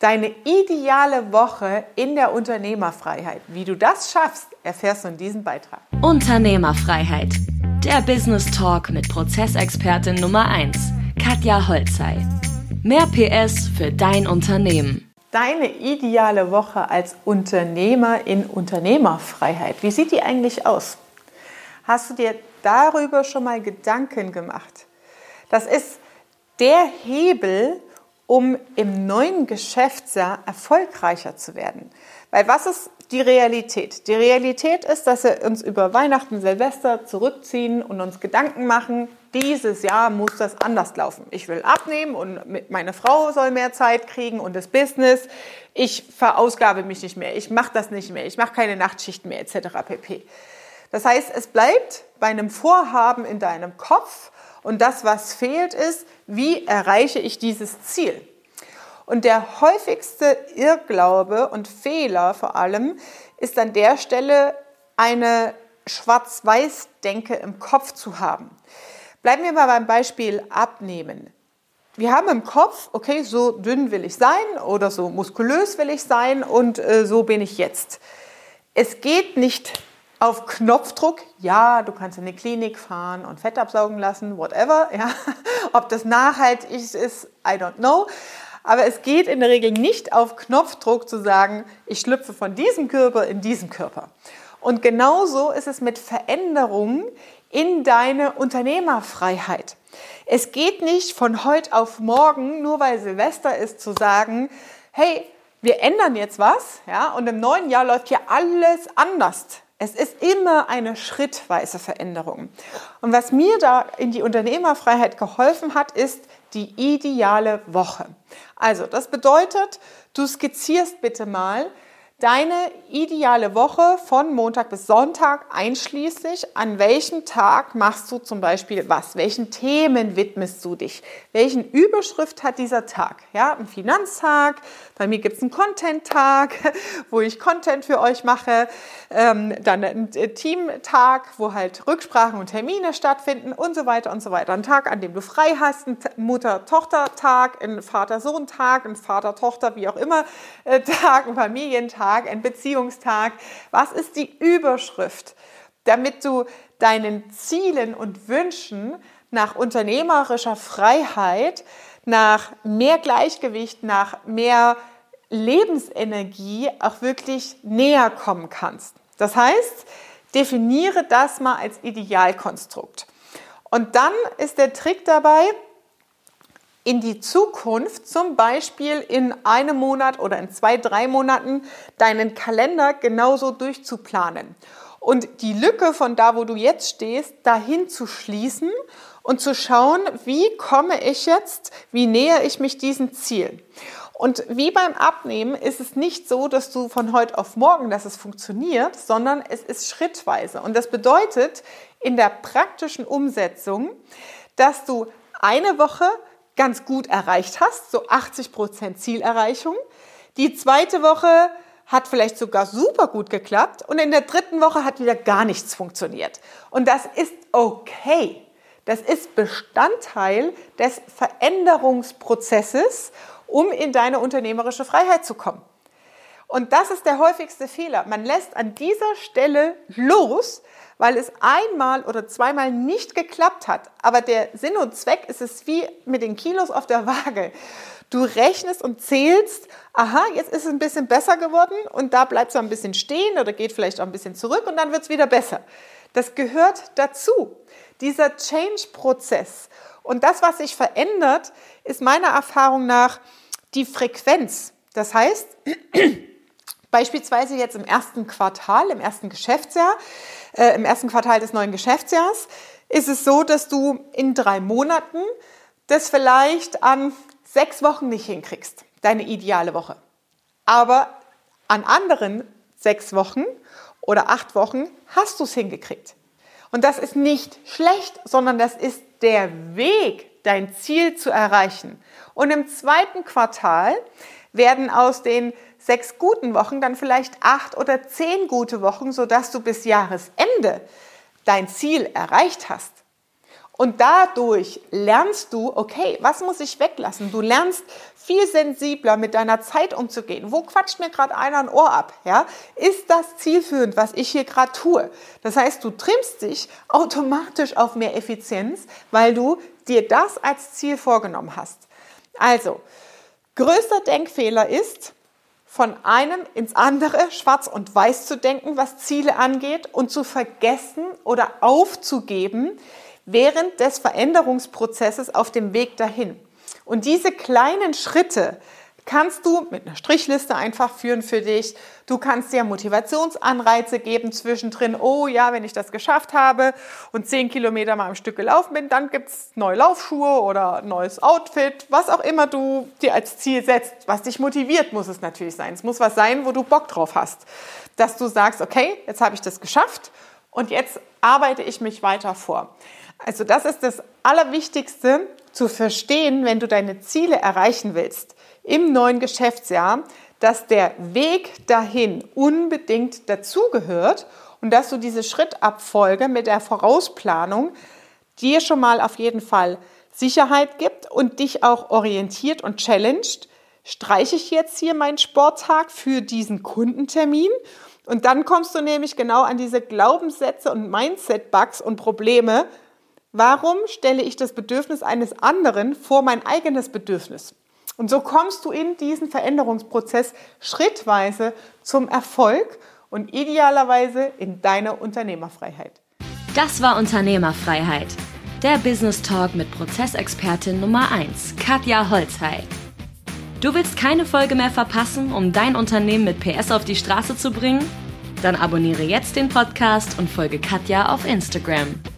Deine ideale Woche in der Unternehmerfreiheit. Wie du das schaffst, erfährst du in diesem Beitrag. Unternehmerfreiheit. Der Business Talk mit Prozessexpertin Nummer 1, Katja Holzei. Mehr PS für dein Unternehmen. Deine ideale Woche als Unternehmer in Unternehmerfreiheit. Wie sieht die eigentlich aus? Hast du dir darüber schon mal Gedanken gemacht? Das ist der Hebel, um im neuen Geschäftsjahr erfolgreicher zu werden. Weil was ist die Realität? Die Realität ist, dass wir uns über Weihnachten, Silvester zurückziehen und uns Gedanken machen, dieses Jahr muss das anders laufen. Ich will abnehmen und meine Frau soll mehr Zeit kriegen und das Business. Ich verausgabe mich nicht mehr, ich mache das nicht mehr, ich mache keine Nachtschichten mehr etc. pp. Das heißt, es bleibt bei einem Vorhaben in deinem Kopf. Und das, was fehlt, ist, wie erreiche ich dieses Ziel? Und der häufigste Irrglaube und Fehler vor allem ist an der Stelle eine Schwarz-Weiß-Denke im Kopf zu haben. Bleiben wir mal beim Beispiel Abnehmen. Wir haben im Kopf, okay, so dünn will ich sein oder so muskulös will ich sein und so bin ich jetzt. Es geht nicht auf Knopfdruck, ja, du kannst in eine Klinik fahren und Fett absaugen lassen, whatever. Ja. Ob das nachhaltig ist, I don't know. Aber es geht in der Regel nicht auf Knopfdruck zu sagen, ich schlüpfe von diesem Körper in diesen Körper. Und genauso ist es mit Veränderungen in deine Unternehmerfreiheit. Es geht nicht von heute auf morgen, nur weil Silvester ist, zu sagen, hey, wir ändern jetzt was, ja, und im neuen Jahr läuft hier alles anders. Es ist immer eine schrittweise Veränderung. Und was mir da in die Unternehmerfreiheit geholfen hat, ist die ideale Woche. Also das bedeutet, du skizzierst bitte mal deine ideale Woche von Montag bis Sonntag einschließlich. An welchem Tag machst du zum Beispiel was? Welchen Themen widmest du dich? Welchen Überschrift hat dieser Tag? Ja, ein Finanztag, bei mir gibt es einen Content-Tag, wo ich Content für euch mache, dann ein Teamtag, wo halt Rücksprachen und Termine stattfinden und so weiter und so weiter. Ein Tag, an dem du frei hast, ein Mutter-Tochter-Tag, ein Vater-Sohn-Tag, ein Vater-Tochter, wie auch immer Tag, ein Familientag, ein Beziehungstag. Was ist die Überschrift, damit du deinen Zielen und Wünschen nach unternehmerischer Freiheit, nach mehr Gleichgewicht, nach mehr Lebensenergie auch wirklich näher kommen kannst? Das heißt, definiere das mal als Idealkonstrukt. Und dann ist der Trick dabei, in die Zukunft, zum Beispiel in einem Monat oder in 2, 3 Monaten, deinen Kalender genauso durchzuplanen. Und die Lücke von da, wo du jetzt stehst, dahin zu schließen und zu schauen, wie komme ich jetzt, wie nähere ich mich diesem Ziel. Und wie beim Abnehmen ist es nicht so, dass du von heute auf morgen, dass es funktioniert, sondern es ist schrittweise. Und das bedeutet in der praktischen Umsetzung, dass du eine Woche ganz gut erreicht hast, so 80% Zielerreichung. Die zweite Woche hat vielleicht sogar super gut geklappt und in der dritten Woche hat wieder gar nichts funktioniert. Und das ist okay. Das ist Bestandteil des Veränderungsprozesses, um in deine unternehmerische Freiheit zu kommen. Und das ist der häufigste Fehler. Man lässt an dieser Stelle los, weil es einmal oder zweimal nicht geklappt hat. Aber der Sinn und Zweck ist es wie mit den Kilos auf der Waage. Du rechnest und zählst, aha, jetzt ist es ein bisschen besser geworden und da bleibt es ein bisschen stehen oder geht vielleicht auch ein bisschen zurück und dann wird es wieder besser. Das gehört dazu, dieser Change-Prozess. Und das, was sich verändert, ist meiner Erfahrung nach die Frequenz. Das heißt, beispielsweise jetzt im ersten Quartal, im ersten Geschäftsjahr, im ersten Quartal des neuen Geschäftsjahres, ist es so, dass du in 3 Monaten das vielleicht an 6 Wochen nicht hinkriegst, deine ideale Woche. Aber an anderen 6 Wochen oder 8 Wochen hast du es hingekriegt. Und das ist nicht schlecht, sondern das ist der Weg, dein Ziel zu erreichen. Und im zweiten Quartal werden aus den 6 guten Wochen dann vielleicht 8 oder 10 gute Wochen, sodass du bis Jahresende dein Ziel erreicht hast. Und dadurch lernst du, okay, was muss ich weglassen? Du lernst viel sensibler mit deiner Zeit umzugehen. Wo quatscht mir gerade einer ein Ohr ab? Ja? Ist das zielführend, was ich hier gerade tue? Das heißt, du trimmst dich automatisch auf mehr Effizienz, weil du dir das als Ziel vorgenommen hast. Also, größter Denkfehler ist, von einem ins andere schwarz und weiß zu denken, was Ziele angeht, und zu vergessen oder aufzugeben während des Veränderungsprozesses auf dem Weg dahin. Und diese kleinen Schritte kannst du mit einer Strichliste einfach führen für dich. Du kannst dir Motivationsanreize geben zwischendrin. Oh ja, wenn ich das geschafft habe und 10 Kilometer mal am Stück gelaufen bin, dann gibt es neue Laufschuhe oder ein neues Outfit. Was auch immer du dir als Ziel setzt, was dich motiviert, muss es natürlich sein. Es muss was sein, wo du Bock drauf hast. Dass du sagst, okay, jetzt habe ich das geschafft und jetzt arbeite ich mich weiter vor. Also das ist das Allerwichtigste zu verstehen, wenn du deine Ziele erreichen willst im neuen Geschäftsjahr, dass der Weg dahin unbedingt dazugehört und dass du diese Schrittabfolge mit der Vorausplanung dir schon mal auf jeden Fall Sicherheit gibt und dich auch orientiert und challenged. Streiche ich jetzt hier meinen Sporttag für diesen Kundentermin? Und dann kommst du nämlich genau an diese Glaubenssätze und Mindset-Bugs und Probleme. Warum stelle ich das Bedürfnis eines anderen vor mein eigenes Bedürfnis? Und so kommst du in diesen Veränderungsprozess schrittweise zum Erfolg und idealerweise in deine Unternehmerfreiheit. Das war Unternehmerfreiheit, der Business Talk mit Prozessexpertin Nummer 1, Katja Holzhey. Du willst keine Folge mehr verpassen, um dein Unternehmen mit PS auf die Straße zu bringen? Dann abonniere jetzt den Podcast und folge Katja auf Instagram.